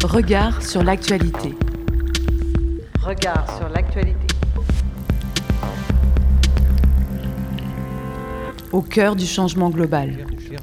Regard sur l'actualité. Regard sur l'actualité. Au cœur du changement global.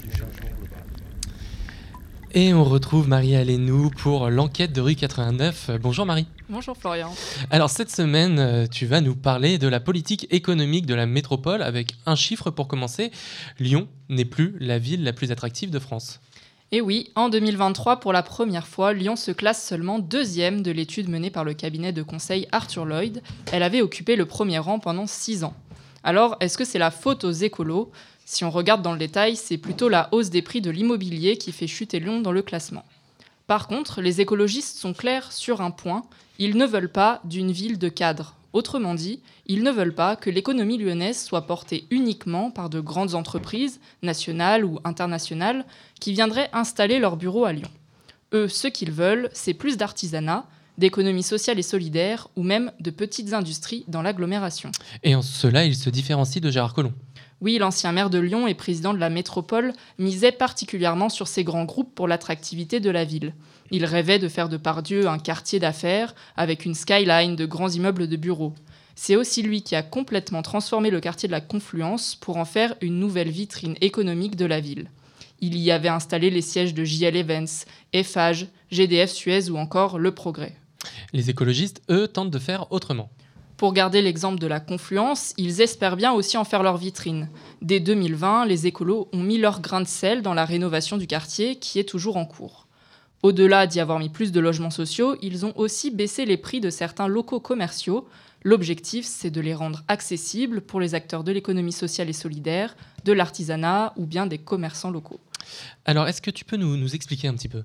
Et on retrouve Marie Alénou pour l'enquête de Rue 89. Bonjour Marie. Bonjour Florian. Alors cette semaine, tu vas nous parler de la politique économique de la métropole avec un chiffre pour commencer. Lyon n'est plus la ville la plus attractive de France. Et oui, en 2023, pour la première fois, Lyon se classe seulement deuxième de l'étude menée par le cabinet de conseil Arthur Lloyd. Elle avait occupé le premier rang pendant 6 ans. Alors, est-ce que c'est la faute aux écolos ? Si on regarde dans le détail, c'est plutôt la hausse des prix de l'immobilier qui fait chuter Lyon dans le classement. Par contre, les écologistes sont clairs sur un point, ils ne veulent pas d'une ville de cadres. Autrement dit, ils ne veulent pas que l'économie lyonnaise soit portée uniquement par de grandes entreprises, nationales ou internationales, qui viendraient installer leurs bureaux à Lyon. Eux, ce qu'ils veulent, c'est plus d'artisanat, d'économie sociale et solidaire, ou même de petites industries dans l'agglomération. Et en cela, il se différencie de Gérard Collomb. Oui, l'ancien maire de Lyon et président de la métropole misait particulièrement sur ces grands groupes pour l'attractivité de la ville. Il rêvait de faire de Pardieu un quartier d'affaires avec une skyline de grands immeubles de bureaux. C'est aussi lui qui a complètement transformé le quartier de la Confluence pour en faire une nouvelle vitrine économique de la ville. Il y avait installé les sièges de JL Events, Eiffage, GDF Suez ou encore Le Progrès. Les écologistes, eux, tentent de faire autrement. Pour garder l'exemple de la Confluence, ils espèrent bien aussi en faire leur vitrine. Dès 2020, les écolos ont mis leur grain de sel dans la rénovation du quartier qui est toujours en cours. Au-delà d'y avoir mis plus de logements sociaux, ils ont aussi baissé les prix de certains locaux commerciaux. L'objectif, c'est de les rendre accessibles pour les acteurs de l'économie sociale et solidaire, de l'artisanat ou bien des commerçants locaux. Alors, est-ce que tu peux nous expliquer un petit peu ?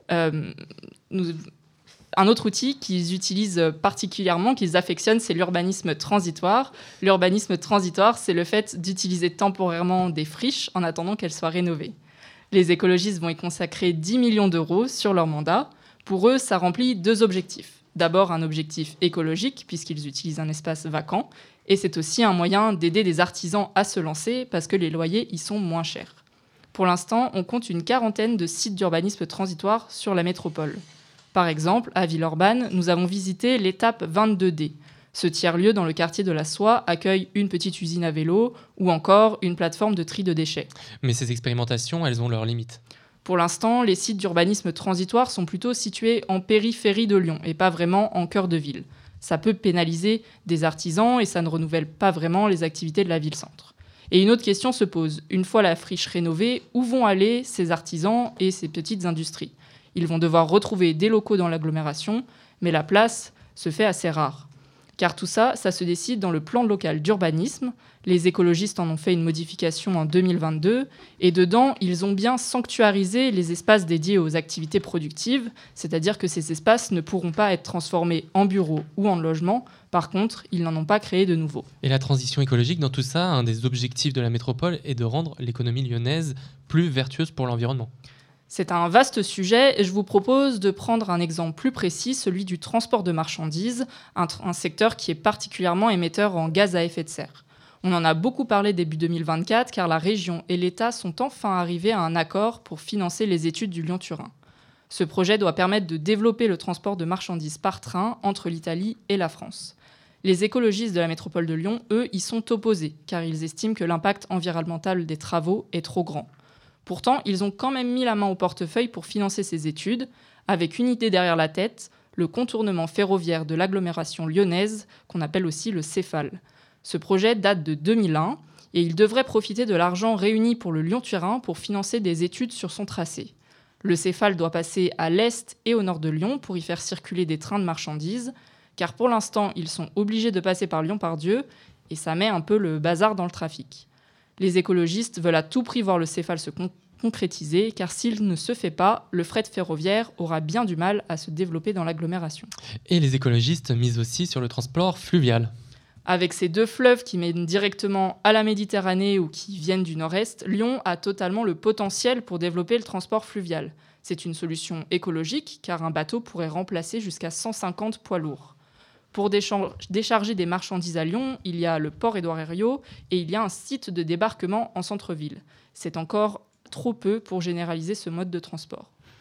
Un autre outil qu'ils utilisent particulièrement, qu'ils affectionnent, c'est l'urbanisme transitoire. L'urbanisme transitoire, c'est le fait d'utiliser temporairement des friches en attendant qu'elles soient rénovées. Les écologistes vont y consacrer 10 millions d'euros sur leur mandat. Pour eux, ça remplit 2 objectifs. D'abord, un objectif écologique, puisqu'ils utilisent un espace vacant. Et c'est aussi un moyen d'aider des artisans à se lancer, parce que les loyers y sont moins chers. Pour l'instant, on compte une 40aine de sites d'urbanisme transitoire sur la métropole. Par exemple, à Villeurbanne, nous avons visité l'étape 22D. Ce tiers-lieu dans le quartier de la Soie accueille une petite usine à vélo ou encore une plateforme de tri de déchets. Mais ces expérimentations, elles ont leurs limites. Pour l'instant, les sites d'urbanisme transitoire sont plutôt situés en périphérie de Lyon et pas vraiment en cœur de ville. Ça peut pénaliser des artisans et ça ne renouvelle pas vraiment les activités de la ville-centre. Et une autre question se pose. Une fois la friche rénovée, où vont aller ces artisans et ces petites industries ? Ils vont devoir retrouver des locaux dans l'agglomération, mais la place se fait assez rare. Car tout ça, ça se décide dans le plan local d'urbanisme. Les écologistes en ont fait une modification en 2022, et dedans, ils ont bien sanctuarisé les espaces dédiés aux activités productives, c'est-à-dire que ces espaces ne pourront pas être transformés en bureaux ou en logements. Par contre, ils n'en ont pas créé de nouveaux. Et la transition écologique, dans tout ça, un des objectifs de la métropole est de rendre l'économie lyonnaise plus vertueuse pour l'environnement. C'est un vaste sujet et je vous propose de prendre un exemple plus précis, celui du transport de marchandises, un secteur qui est particulièrement émetteur en gaz à effet de serre. On en a beaucoup parlé début 2024 car la région et l'État sont enfin arrivés à un accord pour financer les études du Lyon-Turin. Ce projet doit permettre de développer le transport de marchandises par train entre l'Italie et la France. Les écologistes de la métropole de Lyon, eux, y sont opposés car ils estiment que l'impact environnemental des travaux est trop grand. Pourtant, ils ont quand même mis la main au portefeuille pour financer ces études, avec une idée derrière la tête, le contournement ferroviaire de l'agglomération lyonnaise, qu'on appelle aussi le Céphale. Ce projet date de 2001 et il devrait profiter de l'argent réuni pour le Lyon-Turin pour financer des études sur son tracé. Le Céphale doit passer à l'est et au nord de Lyon pour y faire circuler des trains de marchandises, car pour l'instant, ils sont obligés de passer par Lyon-Pardieu et ça met un peu le bazar dans le trafic. Les écologistes veulent à tout prix voir le Céphale se concrétiser, car s'il ne se fait pas, le fret ferroviaire aura bien du mal à se développer dans l'agglomération. Et les écologistes misent aussi sur le transport fluvial. Avec ces 2 fleuves qui mènent directement à la Méditerranée ou qui viennent du nord-est, Lyon a totalement le potentiel pour développer le transport fluvial. C'est une solution écologique, car un bateau pourrait remplacer jusqu'à 150 poids lourds. Pour décharger des marchandises à Lyon, il y a le port Édouard Herriot et il y a un site de débarquement en centre-ville. C'est encore trop peu pour généraliser ce mode de transport.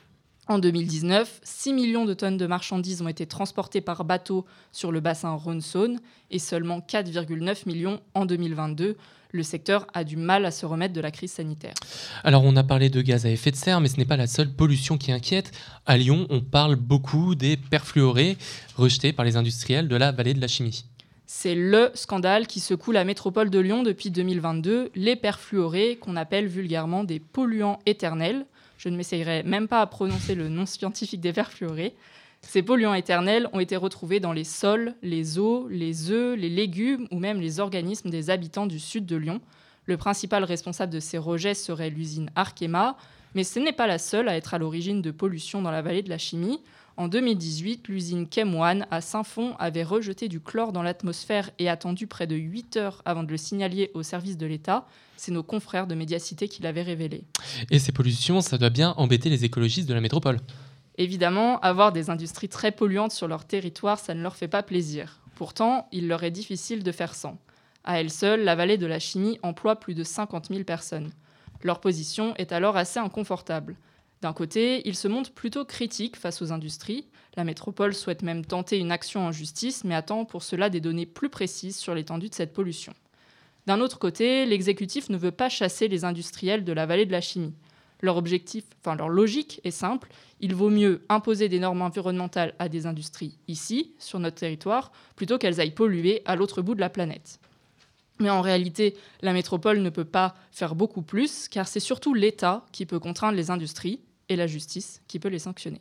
En 2019, 6 millions de tonnes de marchandises ont été transportées par bateau sur le bassin Rhône-Saône et seulement 4,9 millions en 2022. Le secteur a du mal à se remettre de la crise sanitaire. Alors on a parlé de gaz à effet de serre, mais ce n'est pas la seule pollution qui inquiète. À Lyon, on parle beaucoup des perfluorés rejetés par les industriels de la vallée de la chimie. C'est le scandale qui secoue la métropole de Lyon depuis 2022, les perfluorés, qu'on appelle vulgairement des polluants éternels. Je ne m'essayerai même pas à prononcer le nom scientifique des perfluorés. Ces polluants éternels ont été retrouvés dans les sols, les eaux, les œufs, les légumes ou même les organismes des habitants du sud de Lyon. Le principal responsable de ces rejets serait l'usine Arkema, mais ce n'est pas la seule à être à l'origine de pollution dans la vallée de la chimie. En 2018, l'usine Chem1 à Saint-Fond avait rejeté du chlore dans l'atmosphère et attendu près de 8 heures avant de le signaler au service de l'État. C'est nos confrères de Médiacité qui l'avaient révélé. Et ces pollutions, ça doit bien embêter les écologistes de la métropole. Évidemment, avoir des industries très polluantes sur leur territoire, ça ne leur fait pas plaisir. Pourtant, il leur est difficile de faire sans. À elle seule, la vallée de la chimie emploie plus de 50 000 personnes. Leur position est alors assez inconfortable. D'un côté, ils se montrent plutôt critiques face aux industries. La métropole souhaite même tenter une action en justice, mais attend pour cela des données plus précises sur l'étendue de cette pollution. D'un autre côté, l'exécutif ne veut pas chasser les industriels de la vallée de la chimie. Leur logique est simple, il vaut mieux imposer des normes environnementales à des industries ici, sur notre territoire, plutôt qu'elles aillent polluer à l'autre bout de la planète. Mais en réalité, la métropole ne peut pas faire beaucoup plus, car c'est surtout l'État qui peut contraindre les industries et la justice qui peut les sanctionner.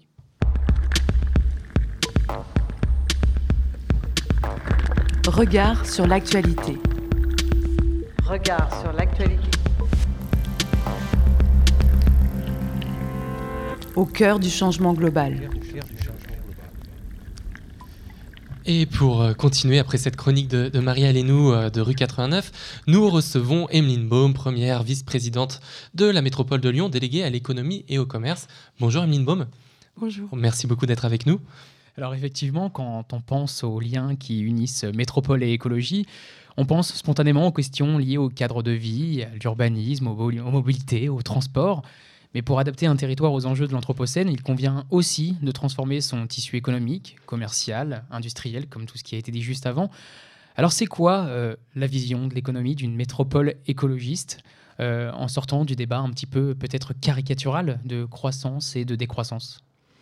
Regard sur l'actualité. Regard sur l'actualité. Au cœur du changement global. Et pour continuer après cette chronique de Marie Alénou de rue 89, nous recevons Emeline Baume, première vice-présidente de la métropole de Lyon, déléguée à l'économie et au commerce. Bonjour Emeline Baume. Bonjour. Merci beaucoup d'être avec nous. Alors effectivement, quand on pense aux liens qui unissent métropole et écologie, on pense spontanément aux questions liées au cadre de vie, à l'urbanisme, aux mobilités, au transport. Mais pour adapter un territoire aux enjeux de l'Anthropocène, il convient aussi de transformer son tissu économique, commercial, industriel, comme tout ce qui a été dit juste avant. Alors c'est quoi la vision de l'économie d'une métropole écologiste en sortant du débat un petit peu peut-être caricatural de croissance et de décroissance ?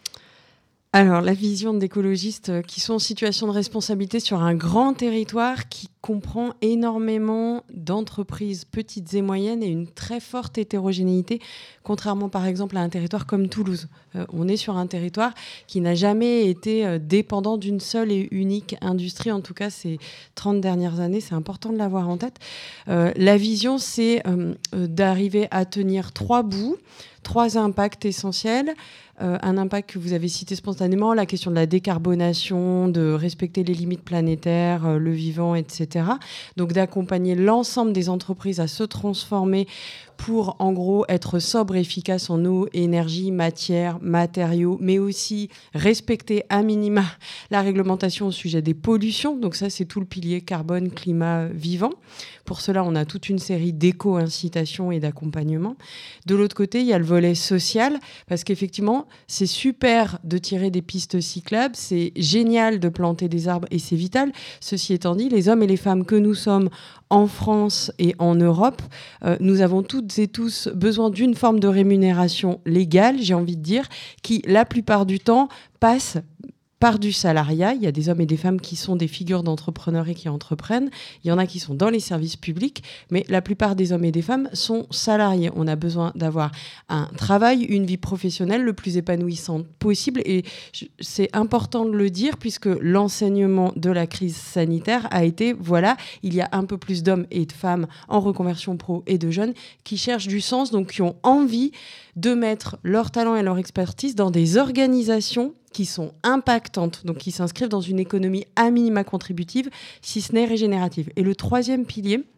Alors, la vision d'écologistes qui sont en situation de responsabilité sur un grand territoire qui comprend énormément d'entreprises petites et moyennes et une très forte hétérogénéité, contrairement par exemple à un territoire comme Toulouse. On est sur un territoire qui n'a jamais été dépendant d'une seule et unique industrie, en tout cas ces 30 dernières années, c'est important de l'avoir en tête. La vision, c'est d'arriver à tenir 3 bouts, 3 impacts essentiels. Un impact que vous avez cité spontanément, la question de la décarbonation, de respecter les limites planétaires, le vivant, etc. Donc d'accompagner l'ensemble des entreprises à se transformer pour, en gros, être sobre et efficace en eau, énergie, matière, matériaux, mais aussi respecter à minima la réglementation au sujet des pollutions. Donc ça, c'est tout le pilier carbone, climat, vivant. Pour cela, on a toute une série d'éco-incitations et d'accompagnement. De l'autre côté, il y a le volet social, parce qu'effectivement, c'est super de tirer des pistes cyclables, c'est génial de planter des arbres et c'est vital. Ceci étant dit, les hommes et les femmes que nous sommes en France et en Europe, nous avons toutes et tous besoin d'une forme de rémunération légale, j'ai envie de dire, qui la plupart du temps passe par du salariat. Il y a des hommes et des femmes qui sont des figures d'entrepreneurs et qui entreprennent. Il y en a qui sont dans les services publics, mais la plupart des hommes et des femmes sont salariés. On a besoin d'avoir un travail, une vie professionnelle le plus épanouissante possible. Et c'est important de le dire puisque l'enseignement de la crise sanitaire a été, voilà, il y a un peu plus d'hommes et de femmes en reconversion pro et de jeunes qui cherchent du sens, donc qui ont envie de mettre leur talent et leur expertise dans des organisations qui sont impactantes, donc qui s'inscrivent dans une économie à minima contributive, si ce n'est régénérative. Et le troisième pilier,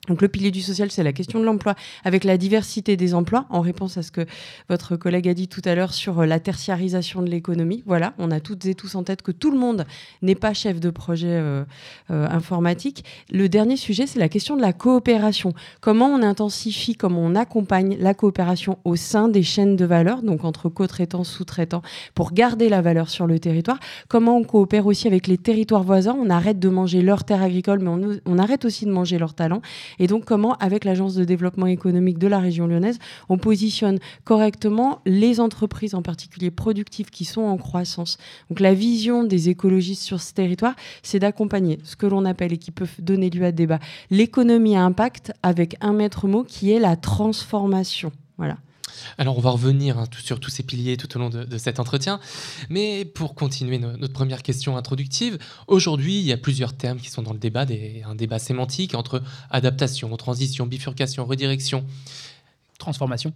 Donc le pilier du social, c'est la question de l'emploi, avec la diversité des emplois, en réponse à ce que votre collègue a dit tout à l'heure sur la tertiarisation de l'économie. Voilà, on a toutes et tous en tête que tout le monde n'est pas chef de projet informatique. Le dernier sujet, c'est la question de la coopération. Comment on intensifie, comment on accompagne la coopération au sein des chaînes de valeur, donc entre co-traitants, sous-traitants, pour garder la valeur sur le territoire. Comment on coopère aussi avec les territoires voisins. On arrête de manger leurs terres agricoles, mais on arrête aussi de manger leurs talents. Et donc, comment, avec l'Agence de développement économique de la région lyonnaise, on positionne correctement les entreprises, en particulier productives, qui sont en croissance. Donc, la vision des écologistes sur ce territoire, c'est d'accompagner ce que l'on appelle, et qui peut donner lieu à débat, l'économie à impact, avec un maître mot qui est la transformation. Voilà. Alors, on va revenir sur tous ces piliers tout au long de cet entretien. Mais pour continuer notre première question introductive, aujourd'hui, il y a plusieurs termes qui sont dans le débat, un débat sémantique entre adaptation, transition, bifurcation, redirection. Transformation.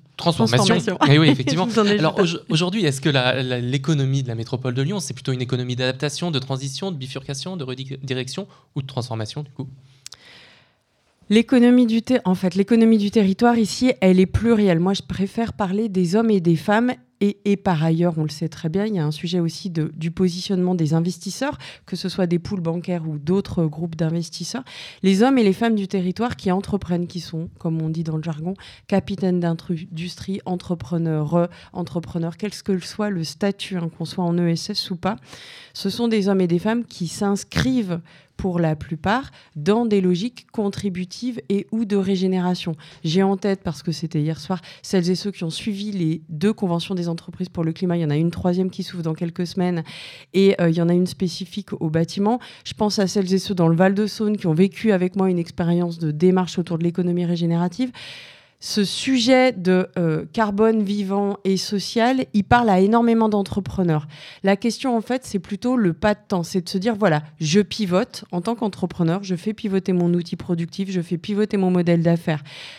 Eh oui, effectivement. Alors aujourd'hui, est-ce que l'économie de la métropole de Lyon, c'est plutôt une économie d'adaptation, de transition, de bifurcation, de redirection ou de transformation, du coup ? L'économie du territoire ici, elle est plurielle. Moi, je préfère parler des hommes et des femmes. Et par ailleurs, on le sait très bien, il y a un sujet aussi du positionnement des investisseurs, que ce soit des poules bancaires ou d'autres groupes d'investisseurs. Les hommes et les femmes du territoire qui entreprennent, qui sont, comme on dit dans le jargon, capitaines d'industrie, entrepreneurs, quel que soit le statut, qu'on soit en ESS ou pas, ce sont des hommes et des femmes qui s'inscrivent pour la plupart, dans des logiques contributives et ou de régénération. J'ai en tête, parce que c'était hier soir, celles et ceux qui ont suivi les 2 conventions des entreprises pour le climat. Il y en a une 3e qui s'ouvre dans quelques semaines et il y en a une spécifique au bâtiment. Je pense à celles et ceux dans le Val-de-Saône qui ont vécu avec moi une expérience de démarche autour de l'économie régénérative. Ce sujet de carbone vivant et social, il parle à énormément d'entrepreneurs. La question, en fait, c'est plutôt le pas de temps. C'est de se dire, voilà, je pivote en tant qu'entrepreneur, je fais pivoter mon outil productif, je fais pivoter mon modèle d'affaires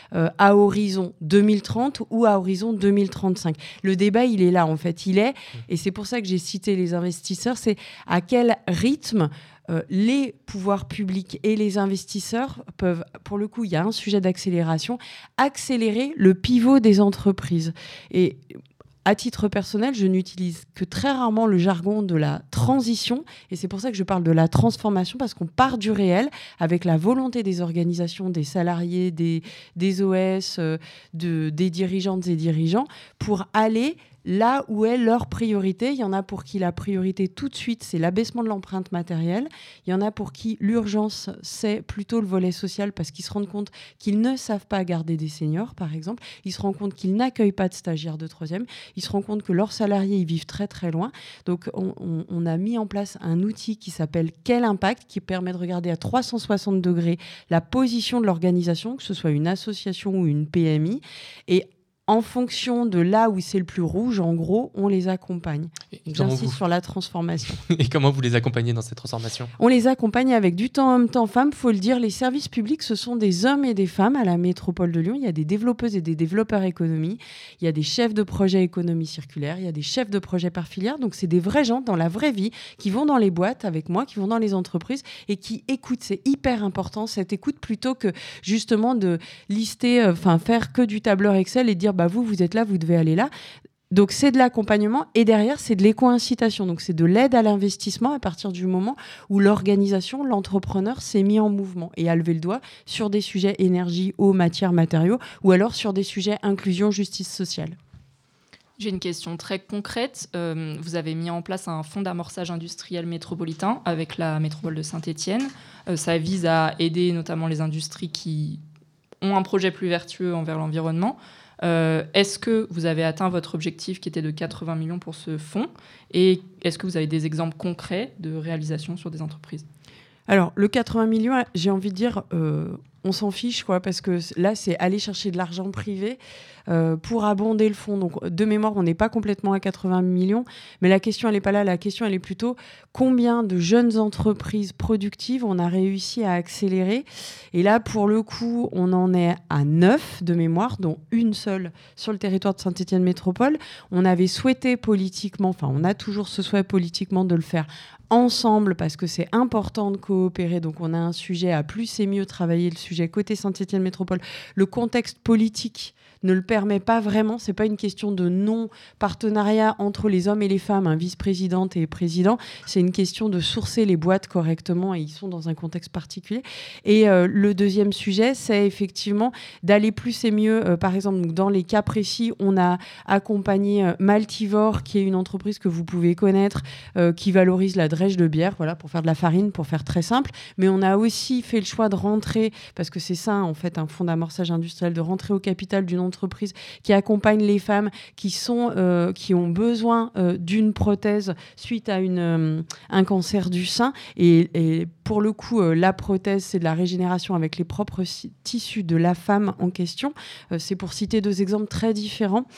à horizon 2030 ou à horizon 2035. Le débat, il est là, en fait. Et c'est pour ça que j'ai cité les investisseurs, c'est à quel rythme les pouvoirs publics et les investisseurs peuvent, pour le coup, il y a un sujet d'accélération, accélérer le pivot des entreprises. Et à titre personnel, je n'utilise que très rarement le jargon de la transition, et c'est pour ça que je parle de la transformation, parce qu'on part du réel avec la volonté des organisations, des salariés, des OS, des dirigeantes et dirigeants, pour aller là où est leur priorité. Il y en a pour qui la priorité tout de suite, c'est l'abaissement de l'empreinte matérielle. Il y en a pour qui l'urgence, c'est plutôt le volet social, parce qu'ils se rendent compte qu'ils ne savent pas garder des seniors, par exemple. Ils se rendent compte qu'ils n'accueillent pas de stagiaires de 3e. Ils se rendent compte que leurs salariés, ils vivent très très loin. Donc on a mis en place un outil qui s'appelle Quel Impact, qui permet de regarder à 360 degrés la position de l'organisation, que ce soit une association ou une PMI. Et en fonction de là où c'est le plus rouge, en gros, on les accompagne. J'insiste sur la transformation. Et comment vous les accompagnez dans cette transformation ? On les accompagne avec du temps homme, temps femme. Il faut le dire, les services publics, ce sont des hommes et des femmes à la métropole de Lyon. Il y a des développeuses et des développeurs économie. Il y a des chefs de projet économie circulaire. Il y a des chefs de projet par filière. Donc, c'est des vrais gens dans la vraie vie qui vont dans les boîtes avec moi, qui vont dans les entreprises et qui écoutent. C'est hyper important, cette écoute, plutôt que justement de lister, faire que du tableur Excel et dire vous êtes là, vous devez aller là. Donc, c'est de l'accompagnement et derrière, c'est de l'éco-incitation. Donc, c'est de l'aide à l'investissement à partir du moment où l'organisation, l'entrepreneur s'est mis en mouvement et a levé le doigt sur des sujets énergie, eau, matière, matériaux ou alors sur des sujets inclusion, justice sociale. J'ai une question très concrète. Vous avez mis en place un fonds d'amorçage industriel métropolitain avec la métropole de Saint-Étienne. Ça vise à aider notamment les industries qui ont un projet plus vertueux envers l'environnement. Est-ce que vous avez atteint votre objectif qui était de 80 millions pour ce fonds ? Et est-ce que vous avez des exemples concrets de réalisation sur des entreprises ? Alors, le 80 millions, j'ai envie de dire, on s'en fiche, parce que là, c'est aller chercher de l'argent privé pour abonder le fonds. Donc, de mémoire, on n'est pas complètement à 80 millions, mais la question, elle n'est pas là. La question, elle est plutôt combien de jeunes entreprises productives on a réussi à accélérer. Et là, pour le coup, on en est à 9 de mémoire, dont une seule sur le territoire de Saint-Étienne Métropole. On avait souhaité politiquement, on a toujours ce souhait politiquement de le faire ensemble parce que c'est important de coopérer. Donc on a un sujet à plus et mieux travailler le sujet côté Saint-Étienne Métropole. Le contexte politique ne le permet pas vraiment. C'est pas une question de non-partenariat entre les hommes et les femmes, vice-présidente et président. C'est une question de sourcer les boîtes correctement et ils sont dans un contexte particulier. Et le deuxième sujet, c'est effectivement d'aller plus et mieux. Par exemple, dans les cas précis, on a accompagné Maltivore, qui est une entreprise que vous pouvez connaître, qui valorise la drèche de bière, voilà, pour faire de la farine, pour faire très simple. Mais on a aussi fait le choix de rentrer, parce que c'est ça, en fait, un fonds d'amorçage industriel, de rentrer au capital d'une entreprise qui accompagne les femmes qui ont besoin d'une prothèse suite à un cancer du sein. Et pour le coup, la prothèse, c'est de la régénération avec les propres tissus de la femme en question. C'est pour citer 2 exemples très différents.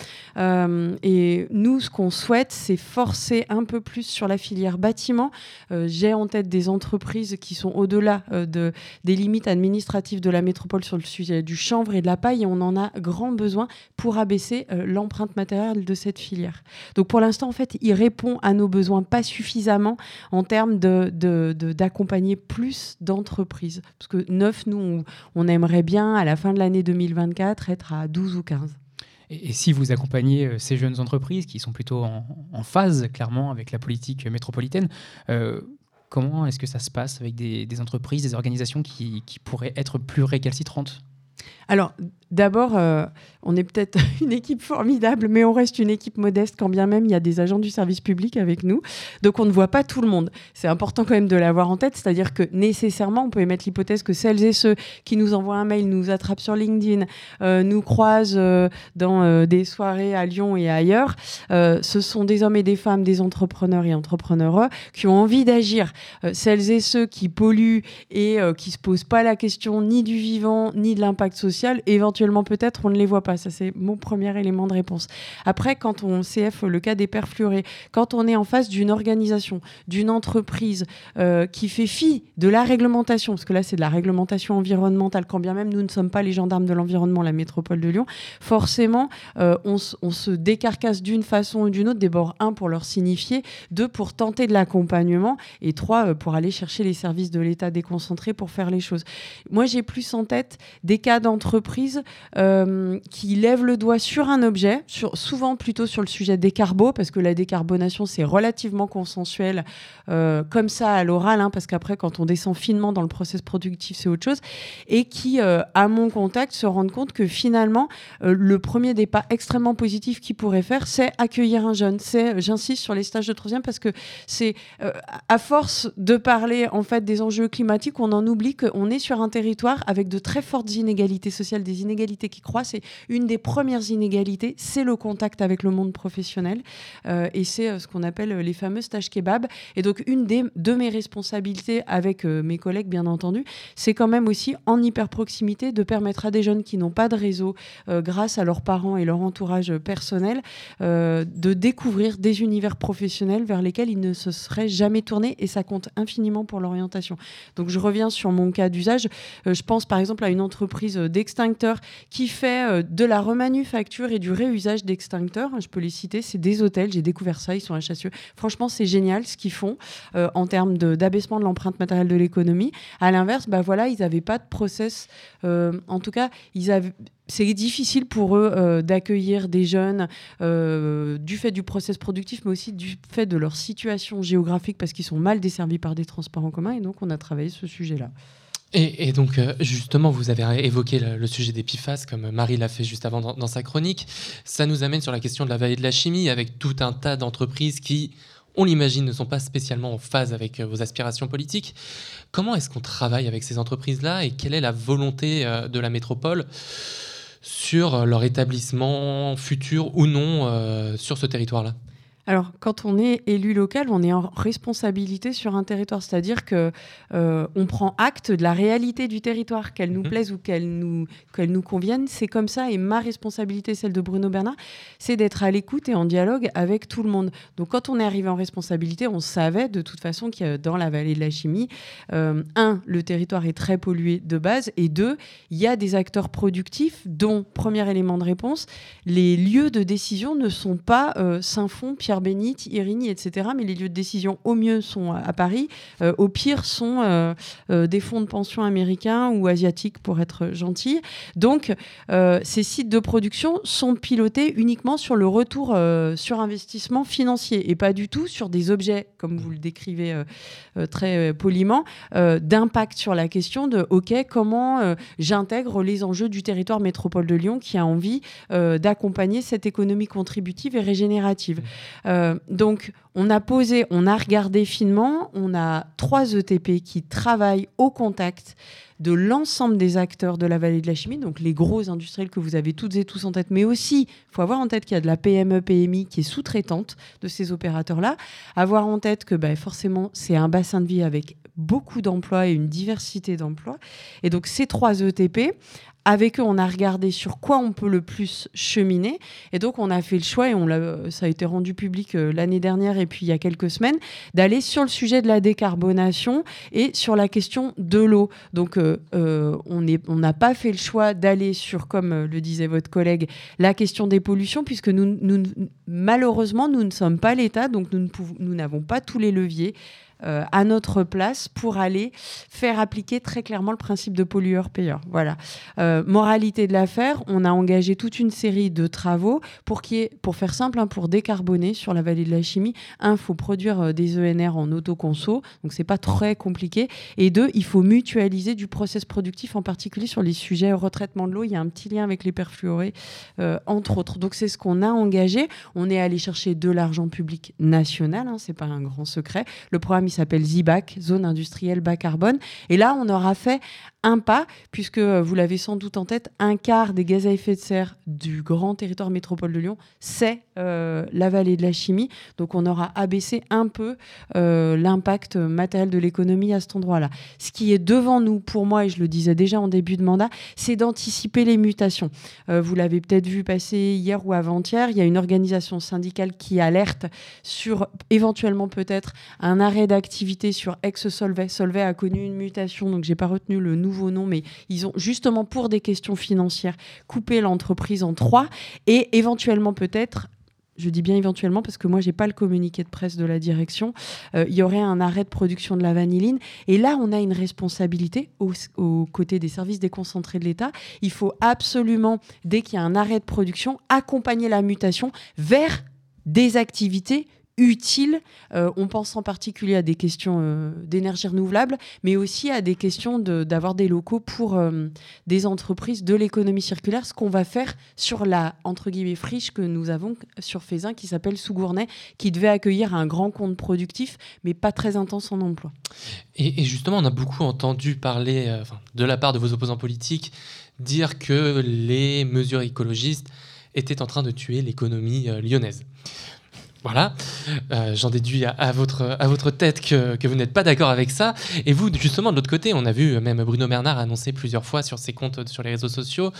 Et nous, ce qu'on souhaite, c'est forcer un peu plus sur la filière bâtiment. J'ai en tête des entreprises qui sont au-delà des limites administratives de la métropole sur le sujet du chanvre et de la paille, et on en a grand besoin pour abaisser l'empreinte matérielle de cette filière. Donc pour l'instant, en fait, il répond à nos besoins pas suffisamment en termes d'accompagner plus d'entreprises. Parce que 9, nous, on aimerait bien, à la fin de l'année 2024, être à 12 ou 15. Et si vous accompagnez ces jeunes entreprises qui sont plutôt en phase, clairement, avec la politique métropolitaine, comment est-ce que ça se passe avec des entreprises, des organisations qui pourraient être plus récalcitrantes ? Alors, d'abord, on est peut-être une équipe formidable, mais on reste une équipe modeste, quand bien même il y a des agents du service public avec nous. Donc, on ne voit pas tout le monde. C'est important quand même de l'avoir en tête, c'est-à-dire que nécessairement, on peut émettre l'hypothèse que celles et ceux qui nous envoient un mail, nous attrapent sur LinkedIn, nous croisent dans des soirées à Lyon et ailleurs. Ce sont des hommes et des femmes, des entrepreneurs et entrepreneureux qui ont envie d'agir. Celles et ceux qui polluent et qui ne se posent pas la question ni du vivant, ni de l'impact social, éventuellement peut-être on ne les voit pas. Ça, c'est mon premier élément de réponse. Après, quand on CF le cas des perfluorés, quand on est en face d'une organisation, d'une entreprise qui fait fi de la réglementation, parce que là c'est de la réglementation environnementale, quand bien même nous ne sommes pas les gendarmes de l'environnement, la métropole de Lyon, forcément on se décarcasse d'une façon ou d'une autre, d'abord 1 pour leur signifier, 2 pour tenter de l'accompagnement et 3 pour aller chercher les services de l'État déconcentrés pour faire les choses. Moi j'ai plus en tête des cas d'entreprises qui lèvent le doigt sur un objet, souvent plutôt sur le sujet des carbos, parce que la décarbonation, c'est relativement consensuel, comme ça à l'oral, parce qu'après, quand on descend finement dans le process productif, c'est autre chose, et qui, à mon contact, se rendent compte que finalement, le premier des pas extrêmement positifs qu'ils pourraient faire, c'est accueillir un jeune. J'insiste sur les stages de 3e, parce que c'est, à force de parler en fait, des enjeux climatiques, on en oublie qu'on est sur un territoire avec de très fortes inégalités sociales, des inégalités qui croissent, et une des premières inégalités, c'est le contact avec le monde professionnel, et c'est ce qu'on appelle les fameux stages kebab. Et donc une de mes responsabilités avec mes collègues, bien entendu, c'est quand même aussi en hyper proximité de permettre à des jeunes qui n'ont pas de réseau, grâce à leurs parents et leur entourage personnel, de découvrir des univers professionnels vers lesquels ils ne se seraient jamais tournés, et ça compte infiniment pour l'orientation. Donc je reviens sur mon cas d'usage. Je pense par exemple à une entreprise d'extincteurs qui fait de la remanufacture et du réusage d'extincteurs. Je peux les citer, c'est des hôtels, j'ai découvert ça, ils sont HSE. Franchement, c'est génial ce qu'ils font en termes d'abaissement de l'empreinte matérielle de l'économie. À l'inverse, ils n'avaient pas de process. En tout cas, c'est difficile pour eux d'accueillir des jeunes du fait du process productif, mais aussi du fait de leur situation géographique, parce qu'ils sont mal desservis par des transports en commun. Et donc, on a travaillé ce sujet-là. Et donc, justement, vous avez évoqué le sujet des PFAS, comme Marie l'a fait juste avant dans sa chronique. Ça nous amène sur la question de la vallée de la chimie, avec tout un tas d'entreprises qui, on l'imagine, ne sont pas spécialement en phase avec vos aspirations politiques. Comment est-ce qu'on travaille avec ces entreprises-là, et quelle est la volonté de la métropole sur leur établissement futur ou non sur ce territoire-là ? Alors, quand on est élu local, on est en responsabilité sur un territoire. C'est-à-dire qu'on prend acte de la réalité du territoire, qu'elle nous plaise ou qu'elle nous convienne. C'est comme ça. Et ma responsabilité, celle de Bruno Bernard, c'est d'être à l'écoute et en dialogue avec tout le monde. Donc, quand on est arrivé en responsabilité, on savait de toute façon que dans la vallée de la chimie, le territoire est très pollué de base. Et 2, il y a des acteurs productifs dont, premier élément de réponse, les lieux de décision ne sont pas Saint-Fond, Pierre Pierre-Bénite, Irigny, etc. Mais les lieux de décision, au mieux, sont à Paris. Au pire, sont des fonds de pension américains ou asiatiques, pour être gentil. Donc, ces sites de production sont pilotés uniquement sur le retour sur investissement financier et pas du tout sur des objets, comme vous le décrivez très poliment, d'impact sur la question de comment j'intègre les enjeux du territoire métropole de Lyon qui a envie d'accompagner cette économie contributive et régénérative. Donc, on a regardé finement, on a 3 ETP qui travaillent au contact de l'ensemble des acteurs de la vallée de la chimie, donc les gros industriels que vous avez toutes et tous en tête, mais aussi, il faut avoir en tête qu'il y a de la PME, PMI qui est sous-traitante de ces opérateurs-là, avoir en tête que forcément, c'est un bassin de vie avec beaucoup d'emplois et une diversité d'emplois. Et donc, ces 3 ETP, avec eux, on a regardé sur quoi on peut le plus cheminer. Et donc, on a fait le choix, et ça a été rendu public l'année dernière et puis il y a quelques semaines, d'aller sur le sujet de la décarbonation et sur la question de l'eau. Donc, on n'a pas fait le choix d'aller sur, comme le disait votre collègue, la question des pollutions, puisque malheureusement, nous ne sommes pas l'État, donc nous n'avons pas tous les leviers à notre place pour aller faire appliquer très clairement le principe de pollueur-payeur. Voilà. Moralité de l'affaire, on a engagé toute une série de travaux pour faire simple, pour décarboner sur la vallée de la chimie. 1, il faut produire des ENR en autoconso, donc c'est pas très compliqué. Et 2, il faut mutualiser du process productif, en particulier sur les sujets retraitement de l'eau. Il y a un petit lien avec les perfluorés, entre autres. Donc c'est ce qu'on a engagé. On est allé chercher de l'argent public national, c'est pas un grand secret. Le programme, il s'appelle ZIBAC, Zone Industrielle Bas Carbone. Et là, on aura fait un pas, puisque vous l'avez sans doute en tête, 1/4 des gaz à effet de serre du grand territoire métropole de Lyon, c'est la vallée de la chimie. Donc, on aura abaissé un peu l'impact matériel de l'économie à cet endroit-là. Ce qui est devant nous, pour moi, et je le disais déjà en début de mandat, c'est d'anticiper les mutations. Vous l'avez peut-être vu passer hier ou avant-hier, il y a une organisation syndicale qui alerte sur éventuellement peut-être un arrêt d'activité sur ex-Solvay. Solvay a connu une mutation, donc j'ai pas retenu le nouveau nom, mais ils ont justement, pour des questions financières, coupé l'entreprise en 3 et éventuellement peut-être, je dis bien éventuellement parce que moi j'ai pas le communiqué de presse de la direction, il y aurait un arrêt de production de la vanilline. Et là, on a une responsabilité aux côtés des services déconcentrés de l'État. Il faut absolument, dès qu'il y a un arrêt de production, accompagner la mutation vers des activités utiles. On pense en particulier à des questions d'énergie renouvelable, mais aussi à des questions d'avoir des locaux pour des entreprises de l'économie circulaire, ce qu'on va faire sur la, entre guillemets, friche que nous avons sur Fézin, qui s'appelle Sougournay, qui devait accueillir un grand compte productif, mais pas très intense en emploi. Et justement, on a beaucoup entendu parler, de la part de vos opposants politiques, dire que les mesures écologistes étaient en train de tuer l'économie lyonnaise. Voilà, j'en déduis à votre tête que vous n'êtes pas d'accord avec ça. Et vous, justement, de l'autre côté, on a vu même Bruno Bernard annoncer plusieurs fois sur ses comptes sur les réseaux sociaux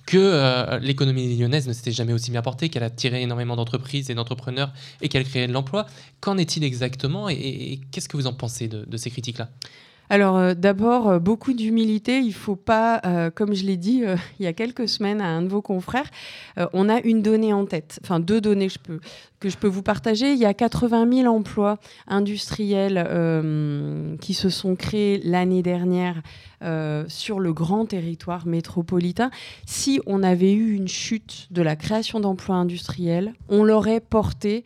que l'économie lyonnaise ne s'était jamais aussi bien portée, qu'elle a tiré énormément d'entreprises et d'entrepreneurs et qu'elle créait de l'emploi. Qu'en est-il exactement et qu'est-ce que vous en pensez de ces critiques-là ? Alors d'abord, beaucoup d'humilité. Il ne faut pas, comme je l'ai dit il y a quelques semaines à un de vos confrères, on a une donnée en tête, enfin 2 données que je peux vous partager. Il y a 80 000 emplois industriels qui se sont créés l'année dernière sur le grand territoire métropolitain. Si on avait eu une chute de la création d'emplois industriels, on l'aurait porté,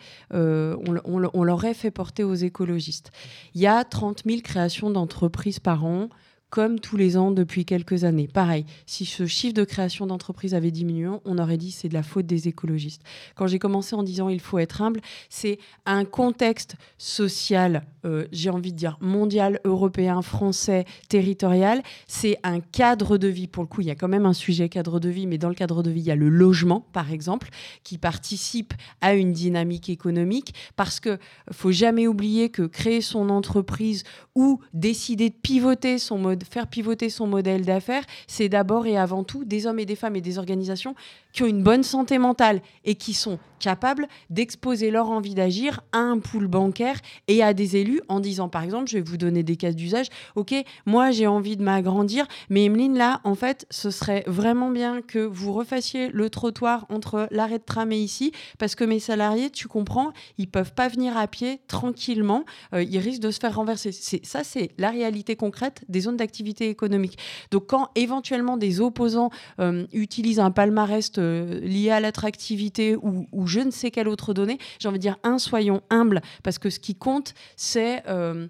on l'aurait fait porter aux écologistes. Il y a 30 000 créations d'entreprises par an, comme tous les ans depuis quelques années. Pareil, si ce chiffre de création d'entreprises avait diminué, on aurait dit c'est de la faute des écologistes. Quand j'ai commencé en disant il faut être humble, c'est un contexte social, j'ai envie de dire mondial, européen, français, territorial. C'est un cadre de vie. Pour le coup, il y a quand même un sujet cadre de vie, mais dans le cadre de vie, il y a le logement, par exemple, qui participe à une dynamique économique, parce que faut jamais oublier que créer son entreprise ou décider de pivoter faire pivoter son modèle d'affaires, c'est d'abord et avant tout des hommes et des femmes et des organisations qui ont une bonne santé mentale et qui sont capables d'exposer leur envie d'agir à un pool bancaire et à des élus en disant, par exemple, je vais vous donner des cas d'usage, ok, moi j'ai envie de m'agrandir, mais Emeline, là, en fait, ce serait vraiment bien que vous refassiez le trottoir entre l'arrêt de tram et ici, parce que mes salariés, tu comprends, ils peuvent pas venir à pied tranquillement, ils risquent de se faire renverser. Ça, c'est la réalité concrète des zones d'activité économique. Donc quand éventuellement des opposants utilisent un palmarès lié à l'attractivité ou je ne sais quelle autre donnée, j'ai envie de dire, soyons humbles, parce que ce qui compte, c'est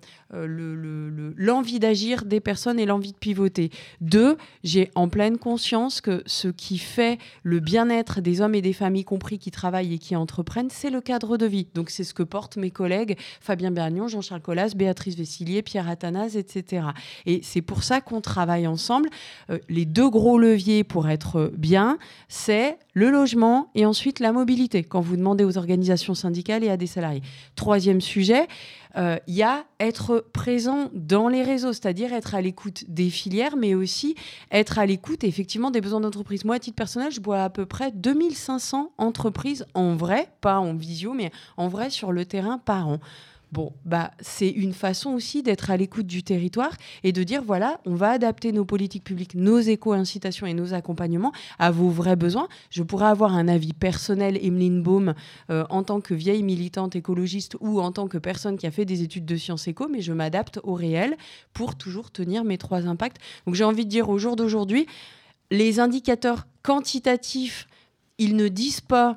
l'envie d'agir des personnes et l'envie de pivoter. 2, j'ai en pleine conscience que ce qui fait le bien-être des hommes et des familles compris qui travaillent et qui entreprennent, c'est le cadre de vie. Donc c'est ce que portent mes collègues Fabien Bergnon, Jean-Charles Collas, Béatrice Vessillier, Pierre Athanase, etc. Et c'est pour ça qu'on travaille ensemble. Les 2 gros leviers pour être bien, c'est le logement et ensuite la mobilité, quand vous demandez aux organisations syndicales et à des salariés. 3e sujet, il y a être présent dans les réseaux, c'est-à-dire être à l'écoute des filières, mais aussi être à l'écoute effectivement des besoins d'entreprise. Moi, à titre personnel, je vois à peu près 2500 entreprises en vrai, pas en visio, mais en vrai sur le terrain par an. Bon, c'est une façon aussi d'être à l'écoute du territoire et de dire, voilà, on va adapter nos politiques publiques, nos éco-incitations et nos accompagnements à vos vrais besoins. Je pourrais avoir un avis personnel, Emeline Baume, en tant que vieille militante écologiste ou en tant que personne qui a fait des études de sciences éco, mais je m'adapte au réel pour toujours tenir mes 3 impacts. Donc j'ai envie de dire, au jour d'aujourd'hui, les indicateurs quantitatifs, ils ne disent pas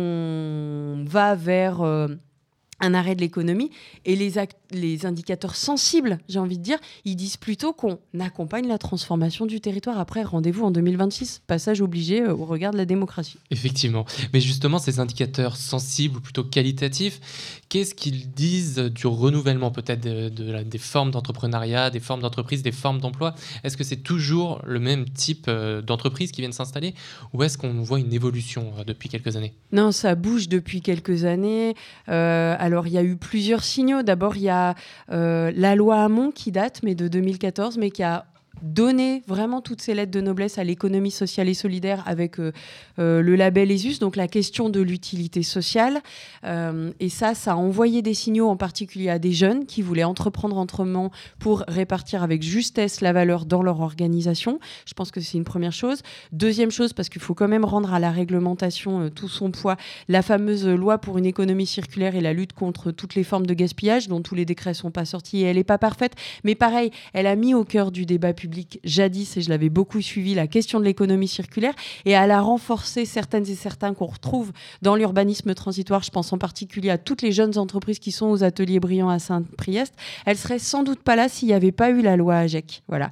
qu'on va vers un arrêt de l'économie, et les indicateurs sensibles, j'ai envie de dire, ils disent plutôt qu'on accompagne la transformation du territoire. Après, rendez-vous en 2026, passage obligé au regard de la démocratie. Effectivement. Mais justement, ces indicateurs sensibles, ou plutôt qualitatifs, qu'est-ce qu'ils disent du renouvellement peut-être des formes d'entrepreneuriat, des formes d'entreprise, des formes d'emploi? Est-ce que c'est toujours le même type d'entreprise qui viennent s'installer, ou est-ce qu'on voit une évolution depuis quelques années? Non, ça bouge depuis quelques années. Alors, il y a eu plusieurs signaux. D'abord, il y a la loi Hamon qui date, mais de 2014, mais qui a donner vraiment toutes ces lettres de noblesse à l'économie sociale et solidaire avec le label ESUS, donc la question de l'utilité sociale. Et ça a envoyé des signaux en particulier à des jeunes qui voulaient entreprendre autrement pour répartir avec justesse la valeur dans leur organisation. Je pense que c'est une première chose. 2e chose, parce qu'il faut quand même rendre à la réglementation tout son poids, la fameuse loi pour une économie circulaire et la lutte contre toutes les formes de gaspillage, dont tous les décrets ne sont pas sortis et elle n'est pas parfaite. Mais pareil, elle a mis au cœur du débat public jadis, et je l'avais beaucoup suivi, la question de l'économie circulaire, et elle a renforcé certaines et certains qu'on retrouve dans l'urbanisme transitoire. Je pense en particulier à toutes les jeunes entreprises qui sont aux ateliers brillants à Saint-Priest. Elles seraient sans doute pas là s'il n'y avait pas eu la loi AGEC. Voilà.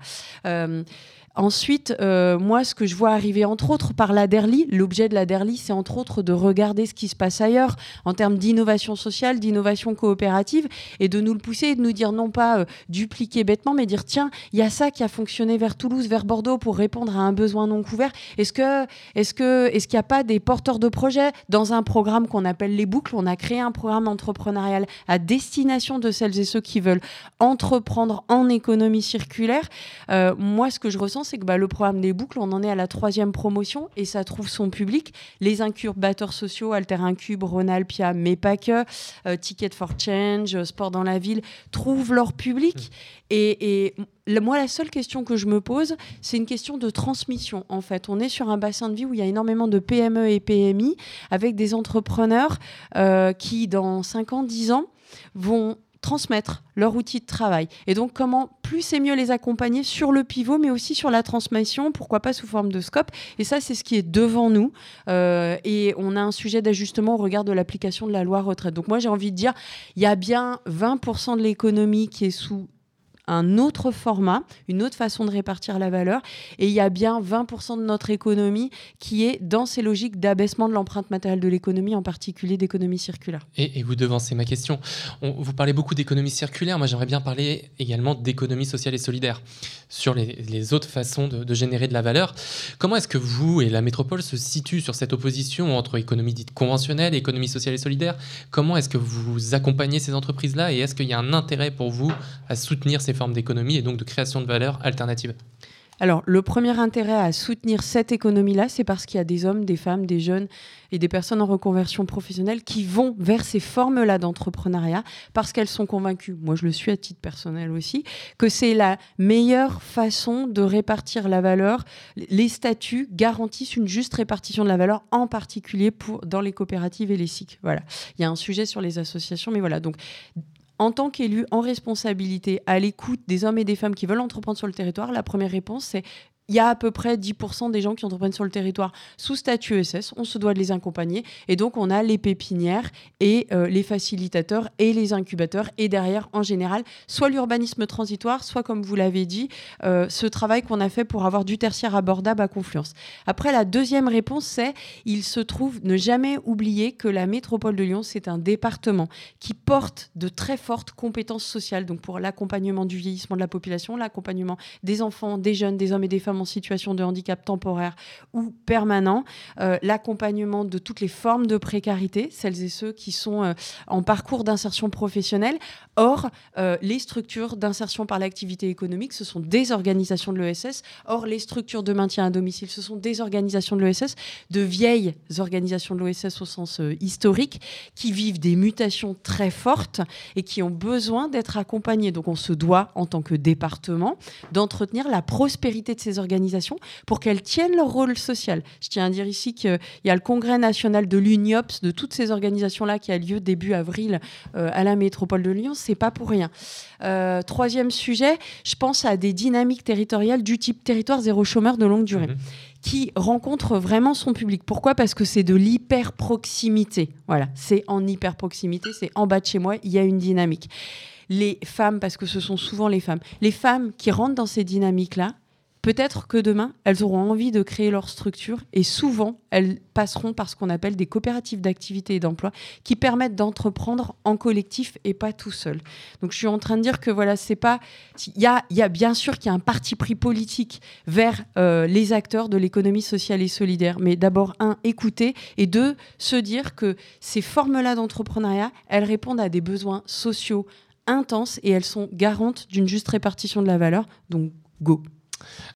Ensuite, moi, ce que je vois arriver, entre autres, par la DERLI, l'objet de la DERLI, c'est entre autres de regarder ce qui se passe ailleurs en termes d'innovation sociale, d'innovation coopérative, et de nous le pousser et de nous dire non pas dupliquer bêtement, mais dire tiens, il y a ça qui a fonctionné vers Toulouse, vers Bordeaux pour répondre à un besoin non couvert. Est-ce qu'il n'y a pas des porteurs de projets dans un programme qu'on appelle les boucles? On a créé un programme entrepreneurial à destination de celles et ceux qui veulent entreprendre en économie circulaire. Moi, ce que je ressens, c'est que le programme des boucles, on en est à la 3e promotion et ça trouve son public. Les incubateurs sociaux, Alter Incube, Rhône-Alpia, mais pas que, Ticket for Change, Sport dans la ville, trouvent leur public. Et moi, la seule question que je me pose, c'est une question de transmission. En fait, on est sur un bassin de vie où il y a énormément de PME et PMI avec des entrepreneurs qui, dans 5 ans, 10 ans, vont transmettre leur outil de travail. Et donc, comment plus et mieux les accompagner sur le pivot, mais aussi sur la transmission, pourquoi pas sous forme de scope. Et ça, c'est ce qui est devant nous. Et on a un sujet d'ajustement au regard de l'application de la loi retraite. Donc moi, j'ai envie de dire, il y a bien 20% de l'économie qui est sous un autre format, une autre façon de répartir la valeur, et il y a bien 20% de notre économie qui est dans ces logiques d'abaissement de l'empreinte matérielle de l'économie, en particulier d'économie circulaire. Et vous devancez ma question. Vous parlez beaucoup d'économie circulaire, moi j'aimerais bien parler également d'économie sociale et solidaire, sur les autres façons de générer de la valeur. Comment est-ce que vous et la métropole se situent sur cette opposition entre économie dite conventionnelle et économie sociale et solidaire? Comment est-ce que vous accompagnez ces entreprises-là, et est-ce qu'il y a un intérêt pour vous à soutenir ces formes d'économie et donc de création de valeur alternative? Alors, le premier intérêt à soutenir cette économie-là, c'est parce qu'il y a des hommes, des femmes, des jeunes et des personnes en reconversion professionnelle qui vont vers ces formes-là d'entrepreneuriat parce qu'elles sont convaincues, moi je le suis à titre personnel aussi, que c'est la meilleure façon de répartir la valeur. Les statuts garantissent une juste répartition de la valeur, en particulier dans les coopératives et les SIC. Voilà. Il y a un sujet sur les associations, mais voilà. Donc, en tant qu'élu, en responsabilité, à l'écoute des hommes et des femmes qui veulent entreprendre sur le territoire, la première réponse, c'est il y a à peu près 10% des gens qui entreprennent sur le territoire sous statut ESS. On se doit de les accompagner. Et donc, on a les pépinières et les facilitateurs et les incubateurs. Et derrière, en général, soit l'urbanisme transitoire, soit, comme vous l'avez dit, ce travail qu'on a fait pour avoir du tertiaire abordable à Confluence. Après, la deuxième réponse, c'est il se trouve ne jamais oublier que la métropole de Lyon, c'est un département qui porte de très fortes compétences sociales. Donc, pour l'accompagnement du vieillissement de la population, l'accompagnement des enfants, des jeunes, des hommes et des femmes en situation de handicap temporaire ou permanent, l'accompagnement de toutes les formes de précarité, celles et ceux qui sont en parcours d'insertion professionnelle. Or, les structures d'insertion par l'activité économique, ce sont des organisations de l'ESS. Or, les structures de maintien à domicile, ce sont des organisations de l'ESS, de vieilles organisations de l'ESS au sens historique, qui vivent des mutations très fortes et qui ont besoin d'être accompagnées. Donc, on se doit, en tant que département, d'entretenir la prospérité de ces organisations pour qu'elles tiennent leur rôle social. Je tiens à dire ici qu'il y a le congrès national de l'UNIOPS, de toutes ces organisations-là, qui a lieu début avril à la métropole de Lyon. C'est pas pour rien. Troisième sujet, je pense à des dynamiques territoriales du type territoire zéro chômeur de longue durée. Qui rencontre vraiment son public. Pourquoi ? Parce que c'est de l'hyper-proximité. Voilà, c'est en hyper-proximité, c'est en bas de chez moi, il y a une dynamique. Les femmes, parce que ce sont souvent les femmes qui rentrent dans ces dynamiques-là, peut-être que demain, elles auront envie de créer leur structure et souvent, elles passeront par ce qu'on appelle des coopératives d'activité et d'emploi qui permettent d'entreprendre en collectif et pas tout seul. Donc, je suis en train de dire que voilà, c'est pas... Il y a bien sûr qu'il y a un parti pris politique vers les acteurs de l'économie sociale et solidaire. Mais d'abord, écouter et deux, se dire que ces formes-là d'entrepreneuriat, elles répondent à des besoins sociaux intenses et elles sont garantes d'une juste répartition de la valeur. Donc, go.